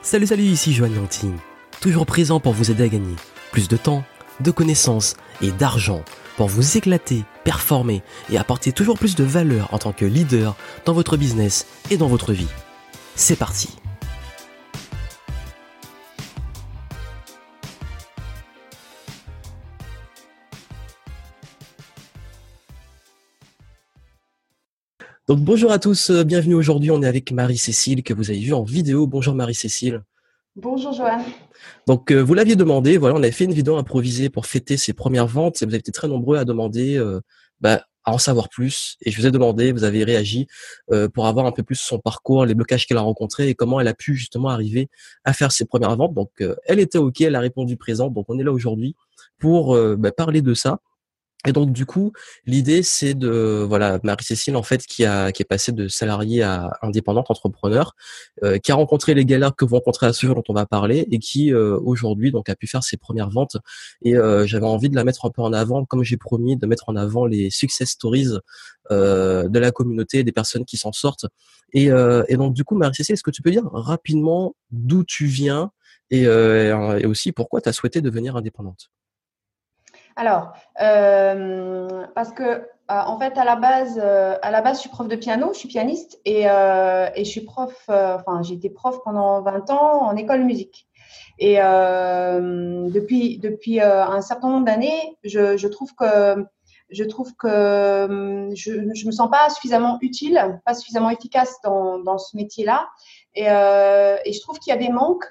Salut, ici Joanne Yangting, toujours présent pour vous aider à gagner plus de temps, de connaissances et d'argent pour vous éclater, performer et apporter toujours plus de valeur en tant que leader dans votre business et dans votre vie. C'est parti! Donc bonjour à tous, bienvenue aujourd'hui, on est avec Marie-Cécile que vous avez vu en vidéo. Bonjour Marie-Cécile. Bonjour Joanne. Donc vous l'aviez demandé, voilà, on avait fait une vidéo improvisée pour fêter ses premières ventes et vous avez été très nombreux à demander à en savoir plus. Et je vous ai demandé, vous avez réagi pour avoir un peu plus son parcours, les blocages qu'elle a rencontrés et comment elle a pu justement arriver à faire ses premières ventes. Donc elle était OK, elle a répondu présente, donc on est là aujourd'hui pour parler de ça. Et donc du coup, l'idée c'est Marie-Cécile en fait qui est passée de salariée à indépendante entrepreneur, qui a rencontré les galères que vous rencontrez à ce jour dont on va parler et qui aujourd'hui donc a pu faire ses premières ventes. Et j'avais envie de la mettre un peu en avant, comme j'ai promis, de mettre en avant les success stories de la communauté, des personnes qui s'en sortent. Et donc du coup, Marie-Cécile, est-ce que tu peux dire rapidement d'où tu viens et aussi pourquoi tu as souhaité devenir indépendante? Alors, parce que en fait, à la base, je suis prof de piano, je suis pianiste et je suis prof. J'ai été prof pendant 20 ans en école de musique. Et depuis un certain nombre d'années, je trouve que je me sens pas suffisamment utile, pas suffisamment efficace dans ce métier-là. Et je trouve qu'il y a des manques.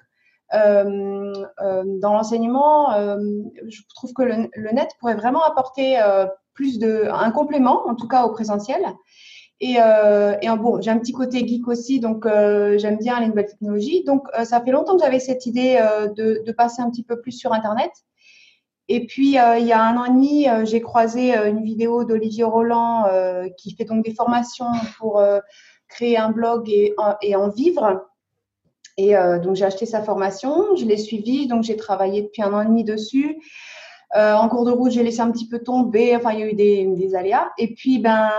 Dans l'enseignement, je trouve que le net pourrait vraiment apporter un complément, en tout cas au présentiel. Et bon, j'ai un petit côté geek aussi, donc j'aime bien les nouvelles technologies. Donc, ça fait longtemps que j'avais cette idée de passer un petit peu plus sur Internet. Et puis, il y a 1 an et demi, j'ai croisé une vidéo d'Olivier Roland qui fait donc des formations pour créer un blog et en vivre. Et donc, j'ai acheté sa formation, je l'ai suivie, donc j'ai travaillé depuis 1 an et demi dessus. En cours de route, j'ai laissé un petit peu tomber, enfin, il y a eu des aléas. Et puis,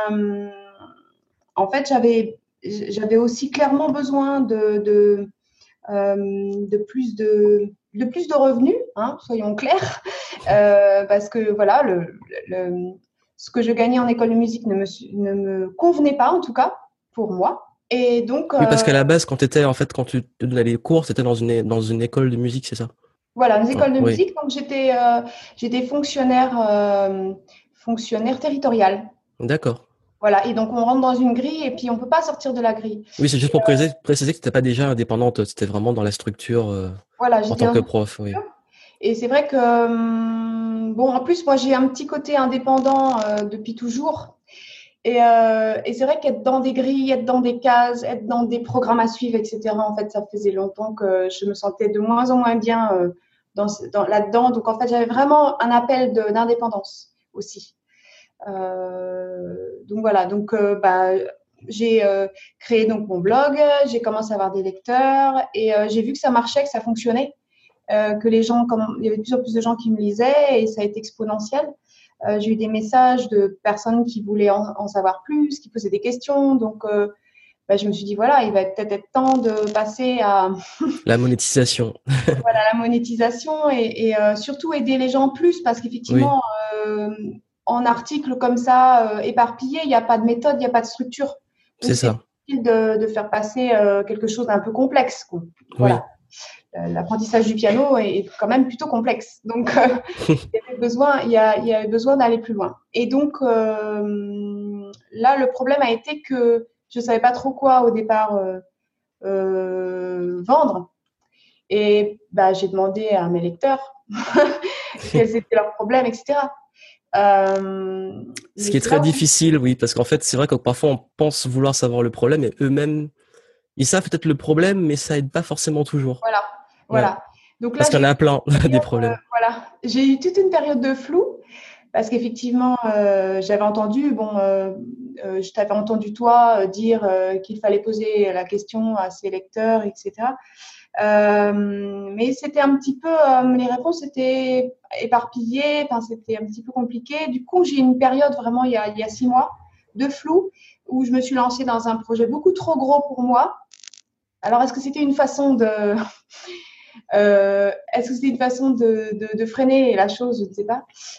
en fait, j'avais aussi clairement besoin de plus de revenus, hein, soyons clairs, parce que voilà, ce que je gagnais en école de musique ne me convenait pas, en tout cas, pour moi. Et donc, Oui, parce qu'à la base, quand tu te donnais les cours, c'était dans une école de musique, c'est ça? voilà, les écoles de Oui, musique. Donc, j'étais fonctionnaire territorial. d'accord. Voilà. Et donc, on rentre dans une grille et puis on peut pas sortir de la grille. Oui, c'est juste pour préciser que tu n'étais pas déjà indépendante, c'était vraiment dans la structure Voilà, en j'étais tant dans que une prof, oui. structure. Et c'est vrai que, bon, en plus, moi, j'ai un petit côté indépendant depuis toujours. Et c'est vrai qu'être dans des grilles, être dans des cases, être dans des programmes à suivre, etc., en fait, ça faisait longtemps que je me sentais de moins en moins bien là-dedans. Donc, en fait, j'avais vraiment un appel d'indépendance aussi. Donc, voilà. Donc, j'ai créé donc mon blog, j'ai commencé à avoir des lecteurs et j'ai vu que ça marchait, que ça fonctionnait, que il y avait de plus en plus de gens qui me lisaient et ça a été exponentiel. J'ai eu des messages de personnes qui voulaient en savoir plus, qui posaient des questions. Donc, je me suis dit, voilà, il va peut-être être temps de passer à La monétisation. voilà, la monétisation et surtout aider les gens plus parce Oui, qu'effectivement, en articles comme ça, éparpillés, il n'y a pas de méthode, il n'y a pas de structure. c'est Donc, c'est ça. difficile de faire passer quelque chose d'un peu complexe, quoi. Oui. Voilà. L'apprentissage du piano est quand même plutôt complexe. Donc, il y avait besoin d'aller plus loin. Et donc, là, le problème a été que je ne savais pas trop quoi au départ vendre. Et j'ai demandé à mes lecteurs quels étaient leurs problèmes, etc. Ce Mais qui est c'est très là où, difficile, oui, parce qu'en fait, c'est vrai que parfois on pense vouloir savoir le problème et eux-mêmes, ils savent peut-être le problème, mais ça aide pas forcément toujours. voilà, Ouais. voilà. Donc là, Parce qu'il y en a plein, des problèmes. j'ai eu toute une période de flou parce qu'effectivement, j'avais entendu, je t'avais entendu toi dire qu'il fallait poser la question à ses lecteurs, etc. Mais c'était un petit peu, les réponses étaient éparpillées, enfin, c'était un petit peu compliqué. Du coup, j'ai eu une période vraiment il y a 6 mois de flou où je me suis lancée dans un projet beaucoup trop gros pour moi. Alors, est-ce que c'était une façon de, est-ce que c'était une façon de freiner la chose? Je ne sais pas.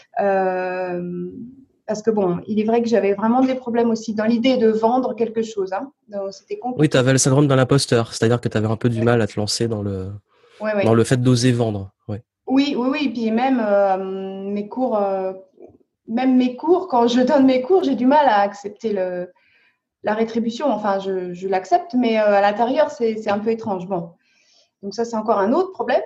Parce que bon, il est vrai que j'avais vraiment des problèmes aussi dans l'idée de vendre quelque chose. Hein. Donc, c'était Oui, tu compliqué. avais le syndrome de l'imposteur, c'est-à-dire que tu avais un peu du mal à te lancer Ouais, dans ouais. le fait d'oser vendre. Ouais. Oui, oui, oui. Puis même même mes cours, quand je donne mes cours, j'ai du mal à accepter la rétribution. Enfin, je l'accepte, mais à l'intérieur, c'est un peu étrange. Bon, donc ça, c'est encore un autre problème.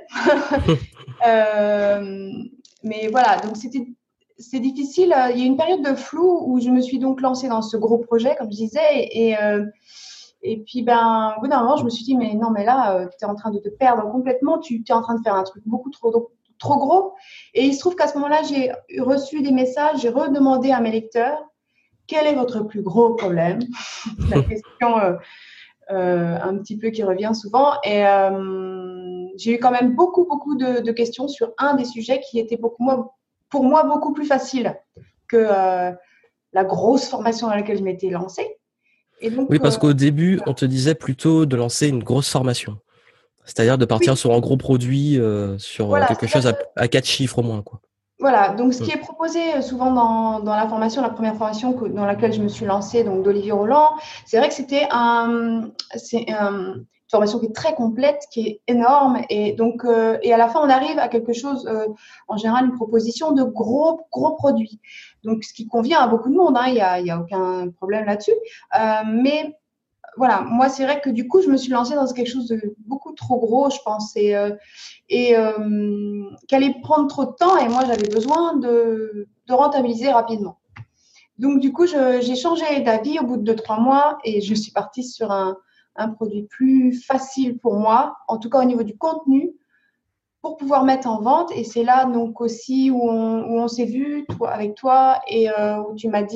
Euh, mais voilà, donc c'est difficile. Il y a une période de flou où je me suis donc lancée dans ce gros projet, comme je disais, et puis ben, au bout d'un moment, je me suis dit, mais non, mais là, tu es en train de te perdre complètement, tu es en train de faire un truc beaucoup trop gros. Et il se trouve qu'à ce moment-là, j'ai reçu des messages, j'ai redemandé à mes lecteurs, quel est votre plus gros problème? La question un petit peu qui revient souvent. Et j'ai eu quand même beaucoup de questions sur un des sujets qui était pour moi beaucoup plus facile que la grosse formation dans laquelle je m'étais lancée. Et donc, Oui, parce qu'au début, on te disait plutôt de lancer une grosse formation. C'est-à-dire de partir oui, sur un gros produit, sur voilà, quelque chose à 4 chiffres au moins, quoi. voilà, donc ce Mm. qui est proposé souvent dans la formation, la première formation dans laquelle je me suis lancée, donc d'Olivier Roland, c'est vrai que c'est une formation qui est très complète, qui est énorme, et donc et à la fin on arrive à quelque chose, en général une proposition de gros produits. Donc ce qui convient à beaucoup de monde, hein, il y a aucun problème là-dessus, mais voilà, moi c'est vrai que du coup je me suis lancée dans quelque chose de beaucoup trop gros, je pense, qu'elle allait prendre trop de temps et moi j'avais besoin de rentabiliser rapidement. Donc du coup j'ai changé d'avis au bout de 2-3 mois et je suis partie sur un produit plus facile pour moi, en tout cas au niveau du contenu, pour pouvoir mettre en vente. Et c'est là donc aussi où on s'est vu avec toi et où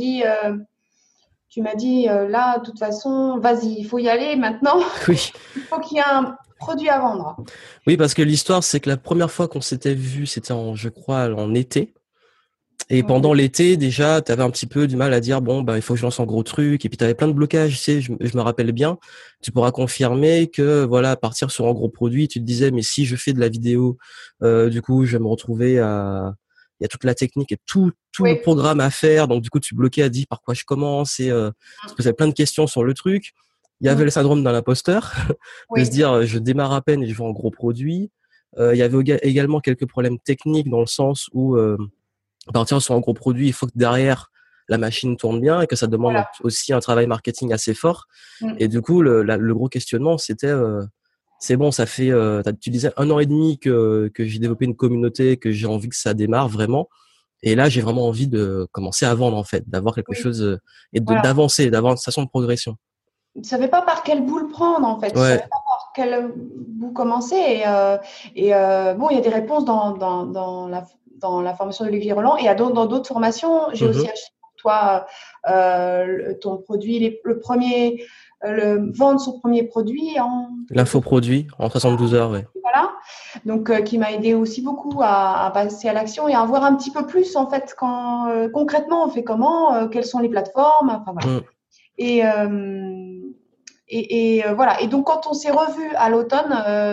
tu m'as dit là de toute façon vas-y, il faut y aller maintenant, Oui. il faut qu'il y ait un produit à vendre. Oui, parce que l'histoire, c'est que la première fois qu'on s'était vu, c'était je crois, en été. Et pendant Oui, l'été, déjà, tu avais un petit peu du mal à dire, bon, bah, il faut que je lance un gros truc. Et puis, tu avais plein de blocages, tu sais, je me rappelle bien. Tu pourras confirmer que, voilà, partir sur un gros produit, tu te disais, mais si je fais de la vidéo, du coup, je vais me retrouver il y a toute la technique et tout le oui, programme à faire. Donc, du coup, tu bloquais à dire par quoi je commence et tu te posais plein de questions sur le truc. Il y avait le syndrome d'un imposteur, de se oui. dire, je démarre à peine et je veux un gros produit. Il y avait également quelques problèmes techniques dans le sens où, partir sur un gros produit, il faut que derrière la machine tourne bien et que ça demande Voilà. aussi un travail marketing assez fort. Mm. Et du coup, le gros questionnement, c'était c'est bon, ça fait tu disais 1 an et demi que j'ai développé une communauté, que j'ai envie que ça démarre vraiment. Et là, j'ai vraiment envie de commencer à vendre en fait, d'avoir quelque Oui, chose et voilà. d'avancer, d'avoir une station de progression. Je ne savais pas par quel bout le prendre, en fait. Je ne savais Ouais. pas par quel bout commencer. Bon, il y a des réponses dans la formation d'Olivier Roland. Et dans d'autres formations, j'ai aussi Mhm. acheté pour toi ton produit, le premier, vendre son premier produit en quelque chose. L'infoproduit en 72 heures, ouais. Voilà. Donc, qui m'a aidé aussi beaucoup à passer à l'action et à voir un petit peu plus, en fait, concrètement, on fait comment, quelles sont les plateformes. Enfin, voilà. Mm. Et, euh, voilà. Et donc, quand on s'est revu à l'automne,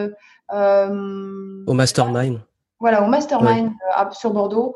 Au mastermind. voilà, au Ouais. mastermind sur Bordeaux,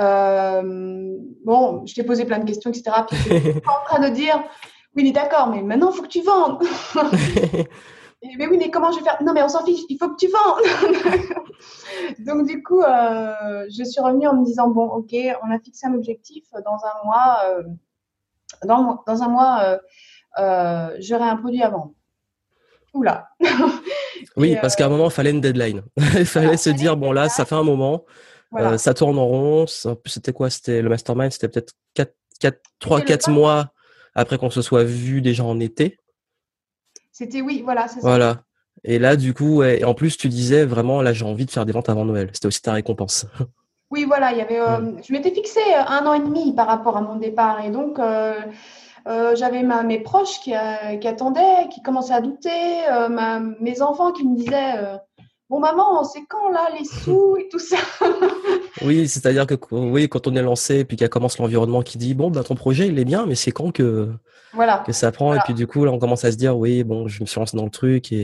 bon, je t'ai posé plein de questions, etc. Puis tu étais en train de dire, oui, il est d'accord, mais maintenant, il faut que tu vendes. Mais oui, mais comment je vais faire? Non, mais on s'en fiche, il faut que tu vendes. Donc, du coup, je suis revenue en me disant, bon, ok, on a fixé un objectif dans un mois. Dans un mois, j'aurai un produit à vendre. Oula. Oui, Et parce qu'à un moment, il fallait une deadline. Il voilà, fallait se fallait dire, une bon là, ça deadline. fait un moment, Voilà. ça tourne en rond. C'était quoi? C'était le mastermind, c'était peut-être 3, C'était le 4 20. mois après qu'on se soit vu déjà en été. C'était oui, voilà, c'est ça. Voilà. Et là, du coup, ouais, et en plus, tu disais vraiment, là, j'ai envie de faire des ventes avant Noël. C'était aussi ta récompense. Oui, voilà, il y avait. Mm. Je m'étais fixé 1 an et demi par rapport à mon départ, et donc j'avais mes proches qui attendaient, qui commençaient à douter, mes enfants qui me disaient bon maman, c'est quand là les sous et tout ça. Oui, c'est-à-dire que oui, quand on est lancé, puis qu'il commence l'environnement qui dit, bon, bah, ton projet, il est bien, mais c'est quand que Voilà, ça prend? Et voilà, puis du coup, là, on commence à se dire, oui, bon, je me suis lancé dans le truc et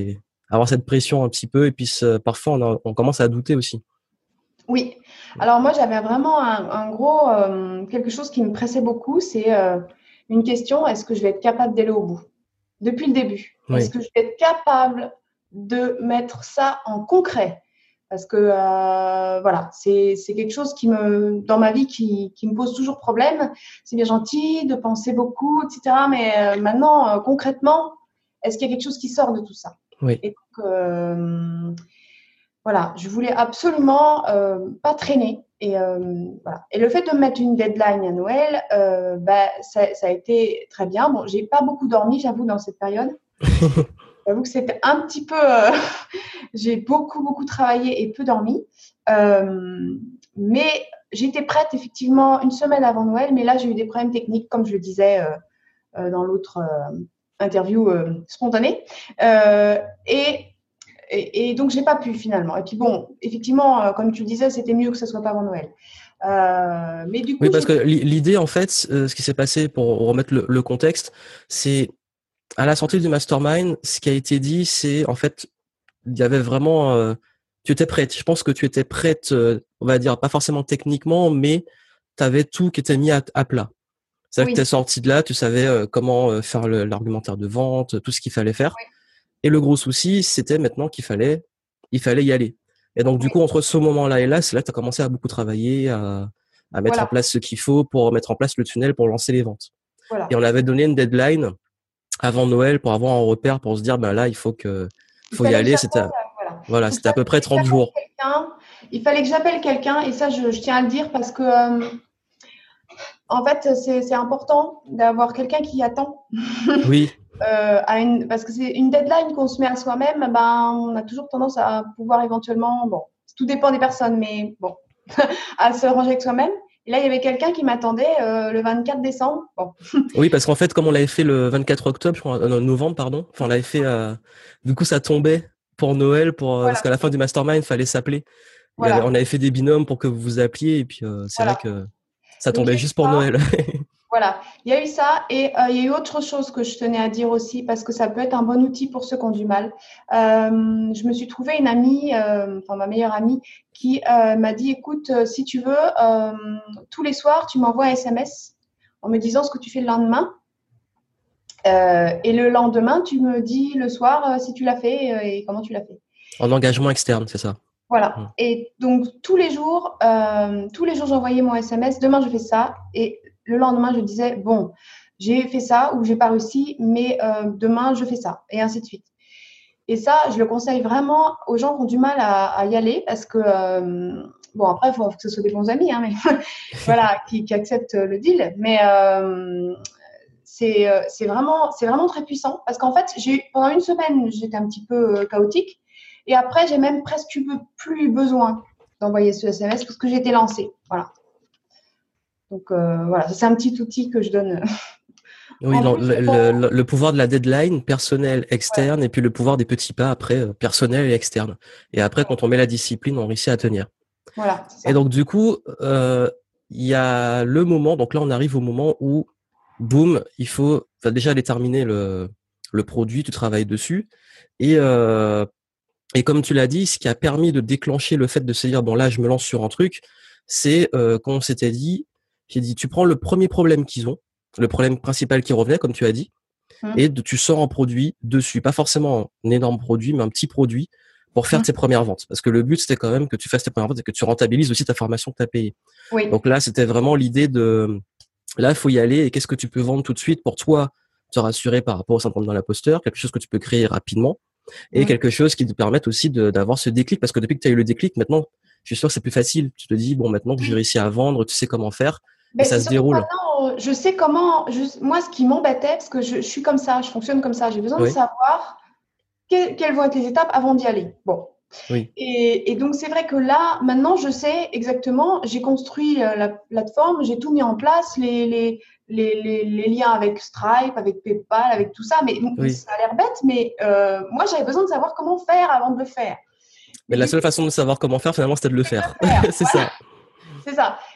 avoir cette pression un petit peu et puis parfois on commence à douter aussi. Oui. Alors moi, j'avais vraiment un gros quelque chose qui me pressait beaucoup, c'est une question, est-ce que je vais être capable d'aller au bout? Depuis le début. Est-ce Oui. que je vais être capable de mettre ça en concret? Parce que voilà, c'est quelque chose dans ma vie qui me pose toujours problème. C'est bien gentil de penser beaucoup, etc. Mais maintenant, concrètement, est-ce qu'il y a quelque chose qui sort de tout ça? Oui. Et donc, voilà, je voulais absolument pas traîner. Et, voilà. Et le fait de me mettre une deadline à Noël, ça a été très bien. Bon, j'ai pas beaucoup dormi, j'avoue, dans cette période. J'avoue que c'était un petit peu. J'ai beaucoup travaillé et peu dormi. Mais j'étais prête, effectivement, une semaine avant Noël. Mais là, j'ai eu des problèmes techniques, comme je le disais dans l'autre interview spontanée. Et donc, j'ai pas pu finalement. Et puis bon, effectivement, comme tu le disais, c'était mieux que ce soit pas avant Noël. Mais du Oui, coup, parce que l'idée, en fait, ce qui s'est passé, pour remettre le contexte, c'est à la sortie du mastermind, ce qui a été dit, c'est en fait, il y avait vraiment, tu étais prête. Je pense que tu étais prête, on va dire, pas forcément techniquement, mais tu avais tout qui était mis à plat. C'est-à-dire que tu es oui, sorti de là, tu savais comment faire l'argumentaire de vente, tout ce qu'il fallait faire. oui, Et le gros souci, c'était maintenant il fallait y aller. Et donc, du oui, coup, entre ce moment-là et là, c'est là que tu as commencé à beaucoup travailler, à mettre en voilà, place ce qu'il faut pour mettre en place le tunnel pour lancer les ventes. Et voilà. on avait donné une deadline avant Noël pour avoir un repère pour se dire, ben là, Il faut y fallait que aller. j'appelle, voilà. Voilà, Il c'était à peu près fallait que 30 j'appelle jours. quelqu'un. Il fallait que j'appelle quelqu'un, et ça, je tiens à le dire parce que, en fait, c'est important d'avoir quelqu'un qui attend. Oui, Parce que c'est une deadline qu'on se met à soi-même, ben, on a toujours tendance à pouvoir éventuellement, bon, tout dépend des personnes, mais bon, à se ranger avec soi-même. Et là, il y avait quelqu'un qui m'attendait le 24 décembre. Bon, oui, parce qu'en fait, comme on l'avait fait le 24 octobre, je crois, non, novembre, pardon. Enfin, on l'avait fait, du coup, ça tombait pour Noël, parce voilà, qu'à la fin du mastermind, il fallait s'appeler. voilà, On avait fait des binômes pour que vous vous appeliez, et puis c'est vrai voilà. que ça Donc, il tombait y a eu juste pour ça. Noël. Voilà, il y a eu ça et il y a eu autre chose que je tenais à dire aussi parce que ça peut être un bon outil pour ceux qui ont du mal. Je me suis trouvé une amie, enfin ma meilleure amie, qui m'a dit, écoute, si tu veux, tous les soirs, tu m'envoies un SMS en me disant ce que tu fais le lendemain. Et le lendemain, tu me dis le soir si tu l'as fait et comment tu l'as fait. En engagement externe, c'est ça. Voilà. Mm. Et donc tous les jours, j'envoyais mon SMS. Demain, je fais ça. Et le lendemain, je disais bon, j'ai fait ça ou j'ai pas réussi, mais demain, je fais ça. Et ainsi de suite. Et ça, je le conseille vraiment aux gens qui ont du mal à y aller parce que bon, après, il faut que ce soit des bons amis, hein, mais voilà, qui acceptent le deal. Mais c'est vraiment très puissant parce qu'en fait, pendant une semaine, j'étais un petit peu chaotique. Et après, j'ai même presque plus besoin d'envoyer ce SMS parce que j'ai été lancée. Voilà. Donc, voilà, c'est un petit outil que je donne Oui, en plus. Bon, le pouvoir de la deadline, personnel, voilà, externe, et puis le pouvoir des petits pas après, personnel et externe. Et après, quand on met la discipline, on réussit à tenir. voilà, c'est Et ça. donc, du coup, il y a le moment, donc là, on arrive au moment où, boum, il faut déjà déterminer le produit, tu travailles dessus. Et, euh, et comme tu l'as dit, ce qui a permis de déclencher le fait de se dire, bon, là, je me lance sur un truc, c'est quand on s'était dit, j'ai dit, tu prends le premier problème qu'ils ont, le problème principal qui revenait, comme tu as dit, et Hum, tu sors un produit dessus. Pas forcément un énorme produit, mais un petit produit pour faire hum. tes premières ventes. Parce que le but, c'était quand même que tu fasses tes premières ventes et que tu rentabilises aussi ta formation que tu as payée. Oui. Donc là, c'était vraiment l'idée de, là, il faut y aller et qu'est-ce que tu peux vendre tout de suite pour toi te rassurer par rapport au syndrome de l'imposteur, quelque chose que tu peux créer rapidement et Hum. quelque chose qui te permette aussi d'avoir ce déclic parce que depuis que tu as eu le déclic, maintenant, je suis sûr que c'est plus facile. Tu te dis, bon, maintenant que j'ai réussi à vendre, tu sais comment faire et Ben, ça c'est se surtout que déroule. maintenant, je sais comment. Moi, ce qui m'embêtait, parce que je suis comme ça, je fonctionne comme ça, j'ai besoin de Oui, savoir quelles vont être les étapes avant d'y aller. Bon. oui, Et donc, c'est vrai que là, maintenant, je sais exactement, j'ai construit la plateforme, j'ai tout mis en place, les liens avec Stripe, avec PayPal, avec tout ça. Mais oui. ça a l'air bête, mais moi, j'avais besoin de savoir comment faire avant de le faire. Mais Mais la du seule coup, façon de savoir comment faire, finalement, c'était de le c'est de faire. le faire. C'est ça. C'est ça.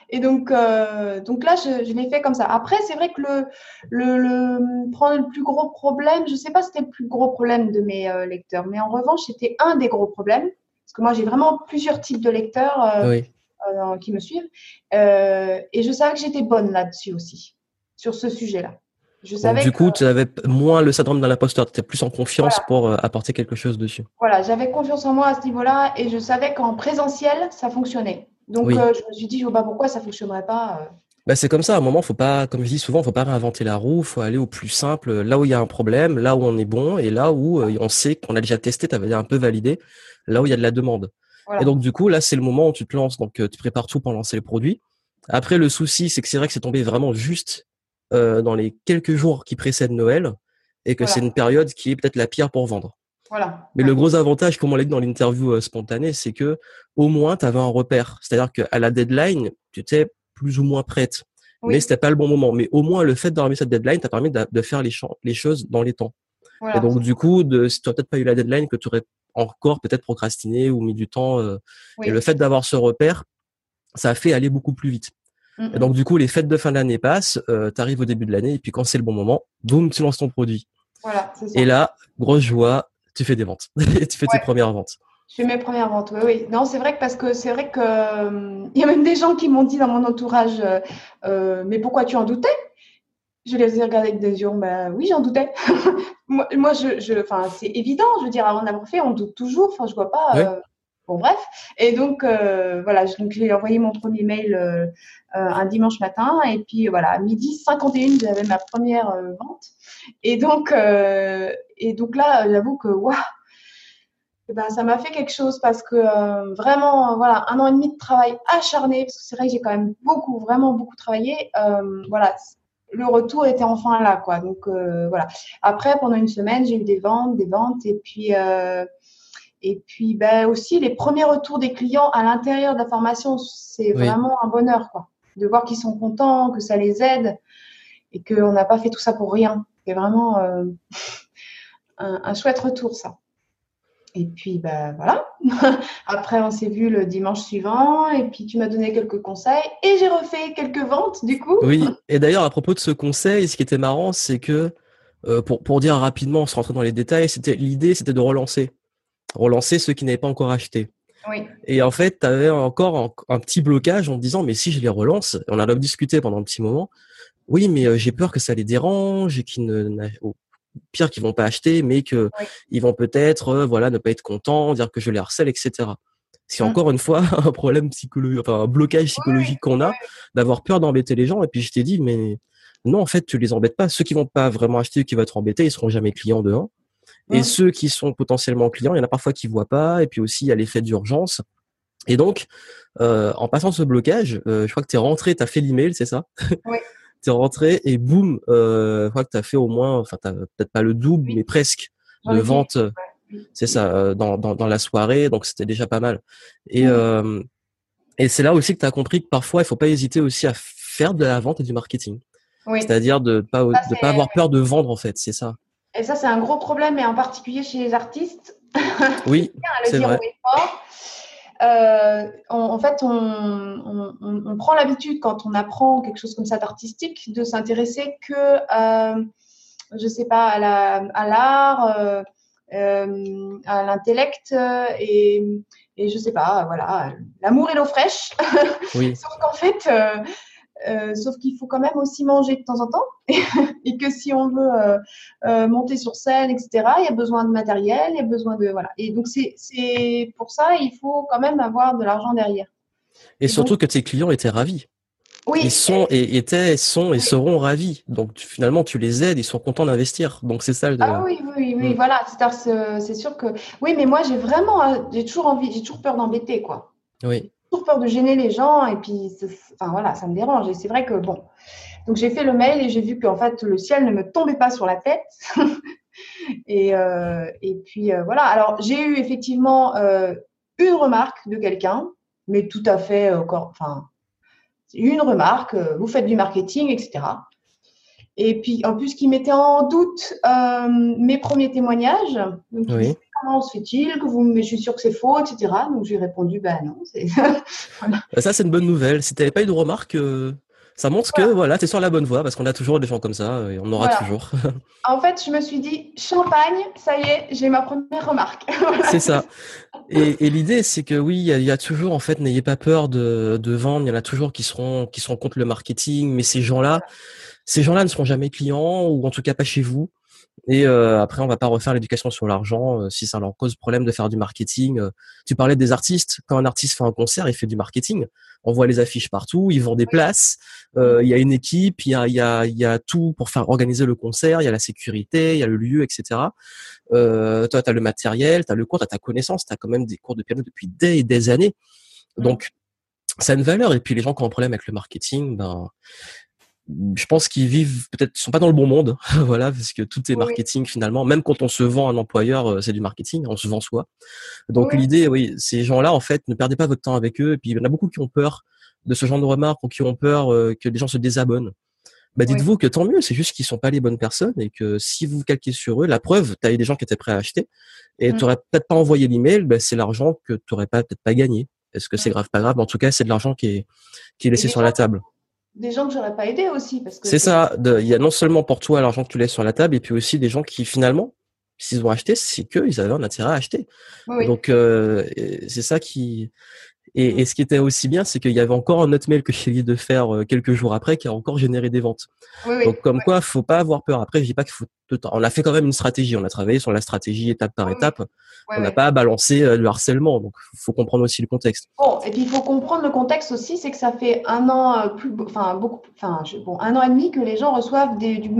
Et donc là, je l'ai fait comme ça. Après, c'est vrai que prendre le plus gros problème, je sais pas si c'était le plus gros problème de mes lecteurs, mais en revanche, c'était un des gros problèmes. Parce que moi, j'ai vraiment plusieurs types de lecteurs Oui. qui me suivent. Et je savais que j'étais bonne là-dessus aussi, sur ce sujet-là. Je Donc, savais du que, coup, tu avais moins le syndrome de l'imposteur. Tu étais plus en confiance voilà, pour apporter quelque chose dessus. voilà, j'avais confiance en moi à ce niveau-là et je savais qu'en présentiel, ça fonctionnait. Donc, Oui. je me suis dit, oh, bah, pourquoi ça fonctionnerait pas Bah, c'est comme ça. À un moment, faut pas, comme je dis souvent, faut pas réinventer la roue. Faut aller au plus simple, là où il y a un problème, là où on est bon et là où on sait qu'on a déjà testé, tu avais un peu validé, là où il y a de la demande. Et Voilà, donc, du coup, là, c'est le moment où tu te lances. Donc, tu prépares tout pour lancer le produit. Après, le souci, c'est que c'est vrai que c'est tombé vraiment juste dans les quelques jours qui précèdent Noël et que c'est une voilà, période qui est peut-être la pire pour vendre. voilà, Mais le ouais, gros avantage, comme on l'a dit dans l'interview spontanée, c'est que au moins tu avais un repère. C'est-à-dire qu'à la deadline, tu étais plus ou moins prête. Mais oui, c'était pas le bon moment. Mais au moins le fait d'avoir mis cette deadline t'a permis de faire les choses dans les temps. Et voilà, donc du coup, si tu n'as peut-être pas eu la deadline, que tu aurais encore peut-être procrastiné ou mis du temps. Et le oui. fait d'avoir ce repère, ça a fait aller beaucoup plus vite. Mm, Et donc mm. du coup, les fêtes de fin d'année passent, tu arrives au début de l'année, et puis quand c'est le bon moment, boum, tu lances ton produit. Voilà, c'est Et ça. là, grosse joie, tu fais des ventes. Et tu fais tes Ouais, premières ventes. je fais mes premières ventes. Oui, oui. Non, c'est vrai que parce que c'est vrai que il y a même des gens qui m'ont dit dans mon entourage, mais pourquoi tu en doutais? Je les ai regardés avec des yeux, ben oui, j'en doutais. Moi, enfin, c'est évident. Je veux dire, avant d'avoir fait, on doute toujours. Enfin, je vois Oui. pas. Bon, bref. Et donc, voilà, donc j'ai envoyé mon premier mail un dimanche matin. Et puis, voilà, à 12h51, j'avais ma première vente. Et donc là, j'avoue que, waouh, eh ben, ça m'a fait quelque chose parce que vraiment, voilà, 1 an et demi de travail acharné, parce que c'est vrai que j'ai quand même beaucoup, vraiment beaucoup travaillé. Voilà, le retour était enfin là, quoi. Donc, voilà. Après, pendant une semaine, j'ai eu des ventes, et puis, ben, aussi les premiers retours des clients à l'intérieur de la formation, c'est Oui. vraiment un bonheur, quoi. De voir qu'ils sont contents, que ça les aide et qu'on n'a pas fait tout ça pour rien. C'est vraiment un chouette retour, ça. Et puis, ben voilà. Après, on s'est vu le dimanche suivant et puis tu m'as donné quelques conseils et j'ai refait quelques ventes du coup. Oui. Et d'ailleurs, à propos de ce conseil, ce qui était marrant, c'est que, pour dire rapidement, sans rentrer dans les détails, l'idée, c'était de relancer ceux qui n'avaient pas encore acheté. Oui, Et en fait, tu avais encore un petit blocage en te disant, mais si je les relance, on en a discuté pendant un petit moment. Oui, mais j'ai peur que ça les dérange et au pire qu'ils vont pas acheter, mais que oui. ils vont peut-être, voilà, ne pas être contents, dire que je les harcèle, etc. C'est Mm. encore une fois un problème psychologique, enfin un blocage Oui, psychologique qu'on a, d'avoir peur d'embêter les gens. Et puis je t'ai dit, mais non, en fait, tu les embêtes pas. Ceux qui vont pas vraiment acheter, qui vont être embêtés, ils seront jamais clients de un. oui. Et Mm. ceux qui sont potentiellement clients, il y en a parfois qui voient pas. Et puis aussi, il y a l'effet d'urgence. Et donc, en passant ce blocage, je crois que t'es rentré, t'as fait l'email, c'est ça? Oui, T'es rentré et boum, je crois que t'as fait au moins, enfin t'as peut-être pas le double, mais oui. presque J'en de ai fait ventes. 8. Ouais. Oui, C'est oui. ça, dans la soirée, donc c'était déjà pas mal. Et, Mm. euh, et c'est là aussi que tu as compris que parfois, il faut pas hésiter aussi à faire de la vente et du marketing. Oui. C'est-à-dire Ça, de pas avoir peur de vendre, en fait, c'est ça. et ça, c'est un gros problème, et en particulier chez les artistes. C'est Oui, bien à le c'est dire haut vrai. et fort. En fait, on prend l'habitude, quand on apprend quelque chose comme ça d'artistique, de s'intéresser que, je sais pas, à l'art, à l'intellect et je sais pas, voilà, l'amour et l'eau fraîche. Oui. Sauf qu'en fait, sauf qu'il faut quand même aussi manger de temps en temps et que si on veut monter sur scène, etc., il y a besoin de matériel, il y a besoin de voilà. Et donc c'est pour ça il faut quand même avoir de l'argent derrière. Et Et donc surtout que tes clients étaient ravis. Ils oui, sont et étaient, sont et oui. seront ravis. Donc finalement, tu les aides, ils sont contents d'investir. Donc c'est ça Ah le. oui, oui, Hmm. oui, voilà. C'est sûr que oui, mais moi j'ai vraiment, j'ai toujours envie, j'ai toujours peur d'embêter quoi. Oui. Toujours peur de gêner les gens et puis, enfin voilà, ça me dérange. Et c'est vrai que bon, donc j'ai fait le mail et j'ai vu qu'en fait le ciel ne me tombait pas sur la tête. Et puis voilà. Alors j'ai eu effectivement une remarque de quelqu'un, mais tout à fait enfin une remarque. Vous faites du marketing, etc. Et puis en plus qui mettait en doute mes premiers témoignages. Donc il disait Oui. comment se fait-il que vous, mais je suis sûre que c'est faux, etc. Donc, je lui ai répondu, ben non, c'est, voilà. Ça, c'est une bonne nouvelle. Si t'avais pas eu de remarques, ça montre que, voilà, t'es sur la bonne voie parce qu'on a toujours des gens comme ça et on en aura Voilà. toujours. En fait, je me suis dit, champagne, ça y est, j'ai ma première remarque. Voilà, C'est ça. Et l'idée, c'est que oui, il y a toujours, en fait, n'ayez pas peur de vendre. Il y en a toujours qui seront contre le marketing, mais ces gens-là ne seront jamais clients ou en tout cas pas chez vous. Et après, on va pas refaire l'éducation sur l'argent si ça leur cause problème de faire du marketing. Tu parlais des artistes. Quand un artiste fait un concert, il fait du marketing. On voit les affiches partout, ils vendent des places. Il y a une équipe, il y a tout pour faire organiser le concert. Il y a la sécurité, il y a le lieu, etc. Toi, tu as le matériel, tu as le cours, tu as ta connaissance, tu as quand même des cours de piano depuis des et des années. Donc, ça a une valeur. Et puis, les gens qui ont un problème avec le marketing, ben, je pense qu'ils vivent peut-être, sont pas dans le bon monde, voilà, parce que tout est oui, marketing finalement. Même quand on se vend un employeur, c'est du marketing, on se vend soi. Donc oui, l'idée, oui, ces gens-là, en fait, ne perdez pas votre temps avec eux. Et puis il y en a beaucoup qui ont peur de ce genre de remarques ou qui ont peur que des gens se désabonnent. Bah oui. dites-vous que tant mieux, c'est juste qu'ils sont pas les bonnes personnes et que si vous calquez sur eux, la preuve, t'as eu des gens qui étaient prêts à acheter et Mm, t'aurais peut-être pas envoyé l'email, bah, c'est l'argent que t'aurais peut-être pas gagné. Est-ce que c'est mm. grave? Pas grave, mais en tout cas, c'est de l'argent qui est Et laissé sur la table. des gens que j'aurais pas aidé aussi, parce que C'est c'est, ça. Il y a non seulement pour toi l'argent que tu laisses sur la table, et puis aussi des gens qui finalement, s'ils ont acheté, c'est qu'ils avaient un intérêt à acheter. oui, oui. Donc c'est ça qui. Et Mm. ce qui était aussi bien, c'est qu'il y avait encore un autre mail que j'ai essayé de faire quelques jours après, qui a encore généré des ventes. Oui, oui, Donc comme quoi, faut pas avoir peur. Après, je dis pas qu'il faut. On a fait quand même une stratégie. On a travaillé sur la stratégie étape par oui, oui, étape. oui, On n'a oui. pas balancé le harcèlement. Donc faut comprendre aussi le contexte. Bon, et puis il faut comprendre le contexte aussi, c'est que ça fait un an enfin beaucoup, enfin bon, un an et demi que les gens reçoivent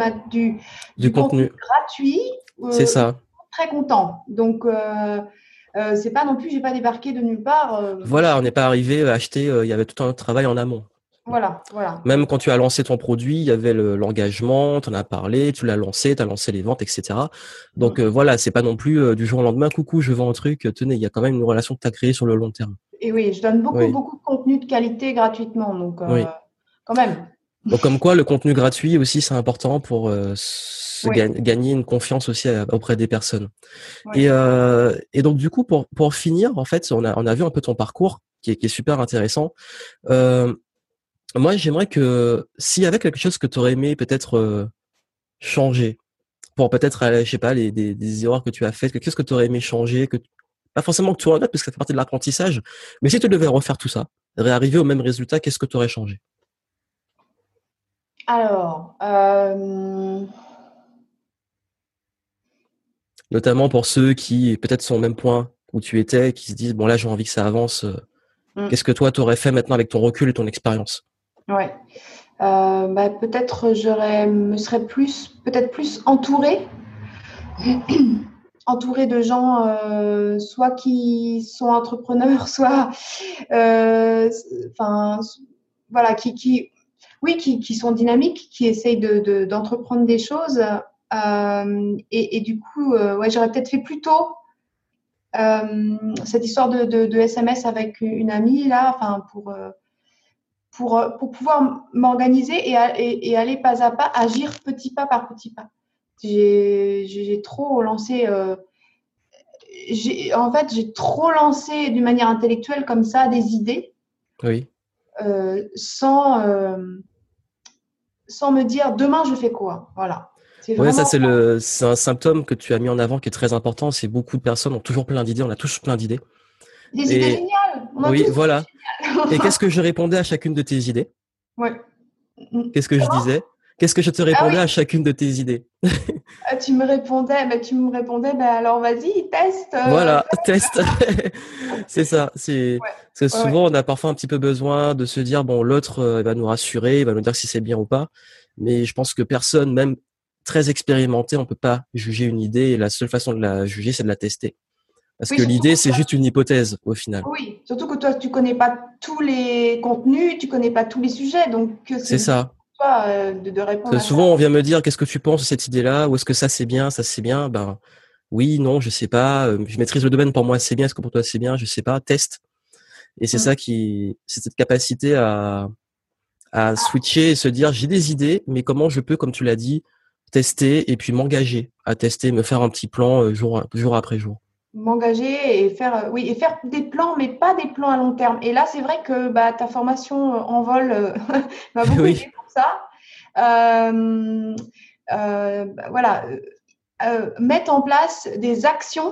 Du du contenu contenu, gratuit. c'est Ils ça. sont très contents. Donc c'est pas non plus, j'ai pas débarqué de nulle part. Voilà, on n'est pas arrivé à acheter. Il y avait tout un travail en amont. Voilà, voilà. Même Donc quand tu as lancé ton produit, il y avait l'engagement, tu en as parlé, tu l'as lancé, tu as lancé les ventes, etc. Donc voilà, c'est pas non plus du jour au lendemain, coucou, je vends un truc, tenez, il y a quand même une relation que tu as créée sur le long terme. et oui, je donne beaucoup, Oui, beaucoup de contenu de qualité gratuitement, donc oui. quand même. Donc comme quoi, le contenu gratuit aussi, c'est important pour Oui, gagner une confiance aussi auprès des personnes. oui. Et donc du coup, pour finir, en fait, on a vu un peu ton parcours qui est super intéressant. Euh, Moi, j'aimerais que s'il y avait quelque chose que tu aurais aimé peut-être changer, pour peut-être, je sais pas, des erreurs que tu as faites, quelque chose que tu aurais aimé changer, pas forcément que tu regrettes parce que ça fait partie de l'apprentissage, mais si tu devais refaire tout ça, réarriver au même résultat, qu'est-ce que tu aurais changé? Alors, Notamment pour ceux qui peut-être sont au même point où tu étais, qui se disent, bon là, j'ai envie que ça avance. Qu'est-ce que toi, tu aurais fait maintenant avec ton recul et ton expérience? ouais. Bah, peut-être me serais peut-être plus entourée de gens, soit qui sont entrepreneurs, soit, enfin, voilà, oui, qui sont dynamiques, qui essayent d'entreprendre des choses. Et du coup, ouais, j'aurais peut-être fait plus tôt cette histoire de SMS avec une amie là, enfin pour pouvoir m'organiser et aller pas à pas, agir petit pas par petit pas. J'ai trop lancé, en fait, j'ai trop lancé d'une manière intellectuelle comme ça des idées Oui. sans, sans me dire demain je fais quoi. Voilà. C'est Ouais, ça vraiment c'est un symptôme que tu as mis en avant qui est très important. C'est beaucoup de personnes ont toujours plein d'idées, on a tous plein d'idées. des idées Et géniales. On a oui, tous des voilà. idées Et géniales. qu'est-ce que je répondais à chacune de tes idées? Ouais. Qu'est-ce que je Comment? disais? Qu'est-ce que je te Ah répondais oui, à chacune de tes idées? tu me répondais, bah alors vas-y, teste. Voilà, test. C'est ça. C'est Ouais, parce que ouais, ouais. souvent on a parfois un petit peu besoin de se dire bon l'autre il va nous rassurer, il va nous dire si c'est bien ou pas. Mais je pense que personne, même très expérimenté, on peut pas juger une idée et la seule façon de la juger c'est de la tester. Parce Oui, que l'idée c'est juste une hypothèse au final. surtout que toi, tu connais pas tous les contenus, tu connais pas tous les sujets, donc c'est C'est difficile ça. pour toi de Parce répondre que à ça. souvent on vient me dire qu'est-ce que tu penses de cette idée-là ou est-ce que ça c'est bien, ça c'est bien. Ben oui, non, je sais pas. Je maîtrise le domaine, pour moi c'est bien. Est-ce que pour toi c'est bien? Je sais pas. Teste. Et c'est Mm. ça c'est cette capacité à switcher et se dire j'ai des idées, mais comment je peux, comme tu l'as dit, tester et puis m'engager à tester, me faire un petit plan jour après jour. m'engager et faire, oui, et faire des plans, mais pas des plans à long terme. Et là, c'est vrai que bah, ta formation en vol m'a beaucoup Oui, aidé pour ça. Euh, voilà, mettre en place des actions,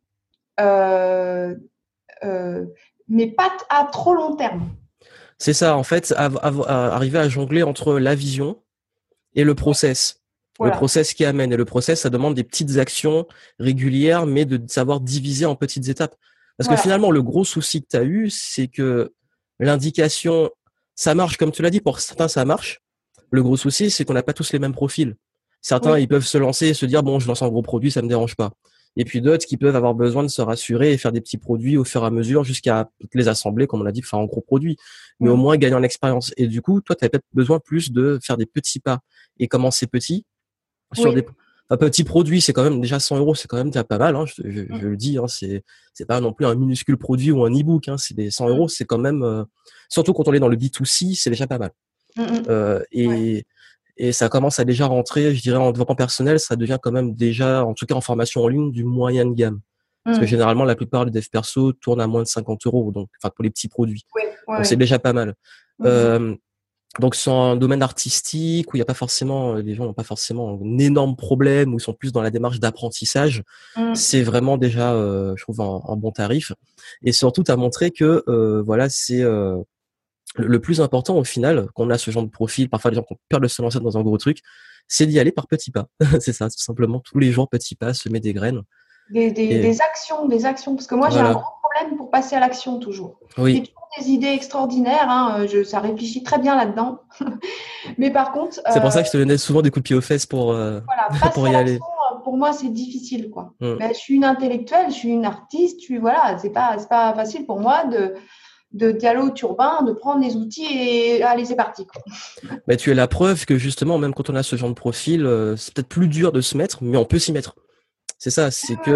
euh, euh, mais pas à trop long terme. c'est ça. En fait, arriver à jongler entre la vision et le process. Le Voilà, process qui amène. Et le process, ça demande des petites actions régulières, mais de savoir diviser en petites étapes. Parce que voilà. finalement, le gros souci que tu as eu, c'est que l'indication, ça marche, comme tu l'as dit, pour certains, ça marche. Le gros souci, c'est qu'on n'a pas tous les mêmes profils. Certains, Oui, ils peuvent se lancer et se dire, bon, je lance un gros produit, ça me dérange pas. Et puis d'autres qui peuvent avoir besoin de se rassurer et faire des petits produits au fur et à mesure jusqu'à les assembler, comme on l'a dit, faire un gros produit, mais au mm, moins gagner en expérience. Et du coup, toi, tu as peut-être besoin plus de faire des petits pas et commencer petit sur oui, des un petit produit, c'est quand même déjà 100 €, c'est quand même déjà pas mal. Hein, je mm, le dis, hein, c'est pas non plus un minuscule produit ou un e-book. Hein, c'est des 100 €, c'est quand même surtout quand on est dans le B2C, c'est déjà pas mal. mm, Euh, ouais, et et ça commence à déjà rentrer, je dirais, en développement personnel, ça devient quand même déjà, en tout cas en formation en ligne, du moyen de gamme. Parce que mm, généralement, la plupart des devs perso tournent à moins de 50 €, donc, enfin, pour les petits produits. oui, oui, Donc, c'est oui. déjà pas mal. Mm, Euh, donc, sur un domaine artistique où il n'y a pas forcément, les gens n'ont pas forcément un énorme problème, où ils sont plus dans la démarche d'apprentissage, mm, c'est vraiment déjà, je trouve, un bon tarif. Et surtout, tu as montré que, voilà, c'est, le plus important au final, quand on a ce genre de profil, parfois les gens qui ont peur de se lancer dans un gros truc, c'est d'y aller par petits pas. C'est ça, tout simplement. Tous les jours, petits pas, semer des graines. Et des actions, parce que moi j'ai un voilà. gros problème pour passer à l'action toujours. J'ai Oui. toujours des idées extraordinaires, hein, ça réfléchit très bien là-dedans, mais par contre, C'est pour ça que je te donnais souvent des coups de pied aux fesses voilà, pour passer à y l'action, aller. pour moi c'est difficile, quoi. Mm. Ben, je suis une intellectuelle, je suis une artiste, voilà, c'est pas facile pour moi de dialogue urbain, de prendre les outils et allez c'est parti, quoi. Mais tu es la preuve que justement, même quand on a ce genre de profil, c'est peut-être plus dur de se mettre, mais on peut s'y mettre. C'est ça, c'est que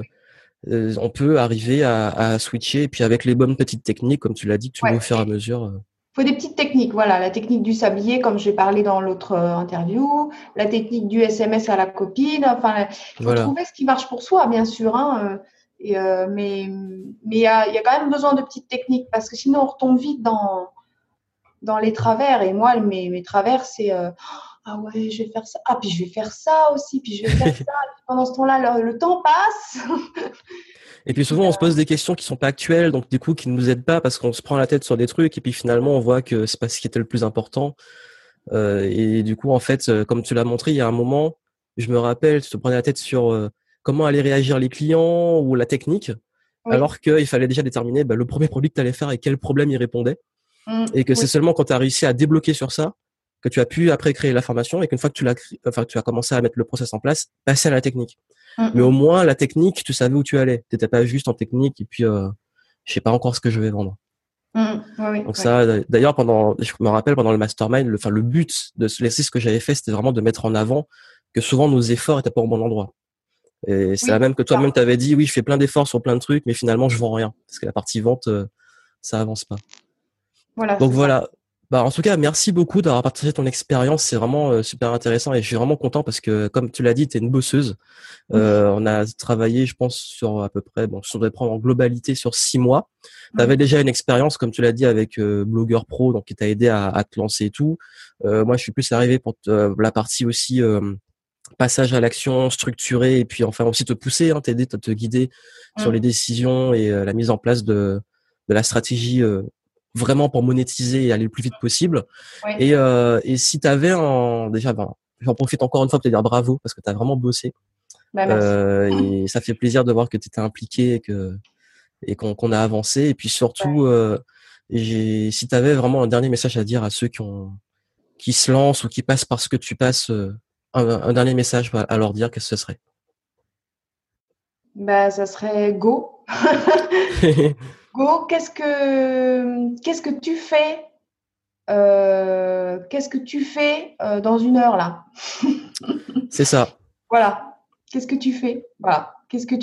on peut arriver à switcher, et puis avec les bonnes petites techniques, comme tu l'as dit, que tu mets au fur et à Ouais. mesure. Il faut des petites techniques, voilà, la technique du sablier, comme j'ai parlé dans l'autre interview, la technique du SMS à la copine. Enfin, il faut Voilà. trouver ce qui marche pour soi, bien sûr, hein, mais il y a quand même besoin de petites techniques parce que sinon on retombe vite dans les travers. Et moi, mes travers, c'est ah ouais, je vais faire ça, ah puis je vais faire ça aussi, puis je vais faire ça. Et puis pendant ce temps-là, le temps passe. Et Et puis puis souvent, on se pose des questions qui sont pas actuelles, donc du coup, qui ne nous aident pas parce qu'on se prend la tête sur des trucs, et puis finalement, on voit que c'est pas ce qui était le plus important. Et du coup, en fait, comme tu l'as montré, il y a un moment, je me rappelle, tu te prenais la tête sur comment allaient réagir les clients ou la technique, oui, alors qu'il fallait déjà déterminer le premier produit que tu allais faire et quel problème il répondait. Et que c'est oui. seulement quand tu as réussi à débloquer sur ça que tu as pu après créer la formation et qu'une fois que tu as commencé à mettre le process en place, passer à la technique. Mm, Mais au mm, moins, la technique, tu savais où tu allais. T'étais pas juste en technique et puis je sais pas encore ce que je vais vendre. oui, oui, Donc oui. ça, d'ailleurs, je me rappelle pendant le mastermind, le but de l'exercice que j'avais fait, c'était vraiment de mettre en avant que souvent nos efforts étaient pas au bon endroit. Et c'est Oui, la même que c'est ça. toi-même t'avais dit, oui, je fais plein d'efforts sur plein de trucs, mais finalement, je vends rien parce que la partie vente, ça avance pas. Voilà, Donc c'est ça. voilà. Bah, en tout cas, merci beaucoup d'avoir partagé ton expérience. C'est vraiment super intéressant et je suis vraiment content parce que, comme tu l'as dit, tu es une bosseuse. On a travaillé, je pense, sur à peu près, bon, si on devait prendre en globalité sur 6 mois. Tu avais Mm. déjà une expérience, comme tu l'as dit, avec Blogueur Pro, donc qui t'a aidé à te lancer et tout. Moi, je suis plus arrivé pour la partie aussi passage à l'action, structuré et puis enfin aussi te pousser, hein, t'aider, te guider sur les Mm. décisions et la mise en place de la stratégie vraiment pour monétiser et aller le plus vite possible. Oui. Et si tu avais déjà, j'en profite encore une fois pour te dire bravo parce que tu as vraiment bossé. Ben, merci. Et ça fait plaisir de voir que tu étais impliqué et qu'on a avancé. Et puis surtout, si tu avais vraiment un dernier message à dire à ceux qui se lancent ou qui passent par ce que tu passes, un dernier message à leur dire, qu'est-ce que ce serait? Ben, ça serait go. Go, qu'est-ce que tu fais qu'est-ce que tu fais dans 1 heure là? C'est ça. Voilà. Qu'est-ce que tu fais? Voilà.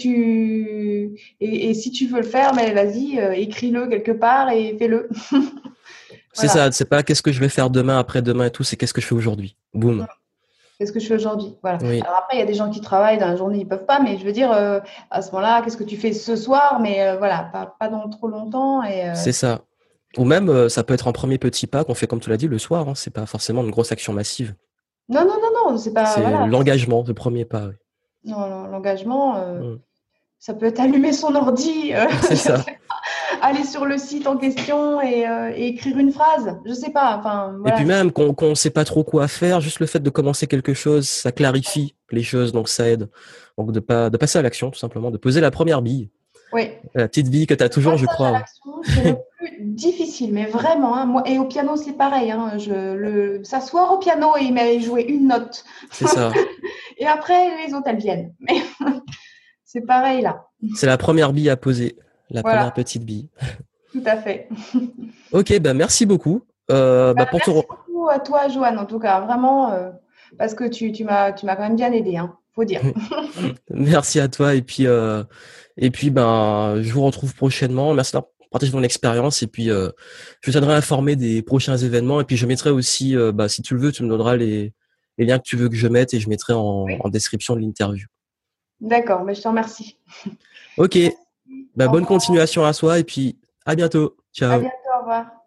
Et si tu veux le faire, mais vas-y, écris-le quelque part et fais-le. C'est Voilà. ça. C'est pas qu'est-ce que je vais faire demain, après-demain et tout, c'est qu'est-ce que je fais aujourd'hui. Boum. Qu'est-ce que je fais aujourd'hui? Voilà. Oui, Alors après, il y a des gens qui travaillent dans la journée, ils peuvent pas, mais je veux dire, à ce moment-là, qu'est-ce que tu fais ce soir? Mais voilà, pas dans trop longtemps. Et c'est ça. Ou même, ça peut être un premier petit pas qu'on fait, comme tu l'as dit, le soir, hein. C'est pas forcément une grosse action massive. non, non, non, non, c'est pas, C'est voilà, l'engagement, le premier pas. Oui. non, l'engagement, Mm. ça peut être allumer son ordi, C'est ça. aller sur le site en question et écrire une phrase. Je sais pas, enfin, Et voilà. puis même qu'on sait pas trop quoi faire, juste le fait de commencer quelque chose, ça clarifie les choses, donc ça aide. Donc de passer à l'action, tout simplement, de poser la première bille, Oui. la petite bille que tu as Le toujours, je passage à crois. l'action, c'est le plus difficile, mais vraiment, hein, moi, et au piano, c'est pareil. Hein, s'asseoir au piano et jouer une note. C'est ça. Et après, les autres, elles viennent. Mais c'est pareil là. C'est la première bille à poser, la première Voilà, petite bille. tout à fait. Ok, bah merci beaucoup. Pour te Merci beaucoup à toi, Joanne, en tout cas, vraiment, parce que tu m'as quand même bien aidé, hein, faut dire. merci à toi et puis ben je vous retrouve prochainement. Merci d'avoir partagé ton expérience et puis je tiendrai informé des prochains événements et puis je mettrai aussi si tu le veux tu me donneras les liens que tu veux que je mette et je mettrai en description de l'interview. D'accord, mais je te remercie. Ok, Merci. Au bonne revoir. continuation à soi et puis à bientôt. À Ciao. bientôt. Au revoir.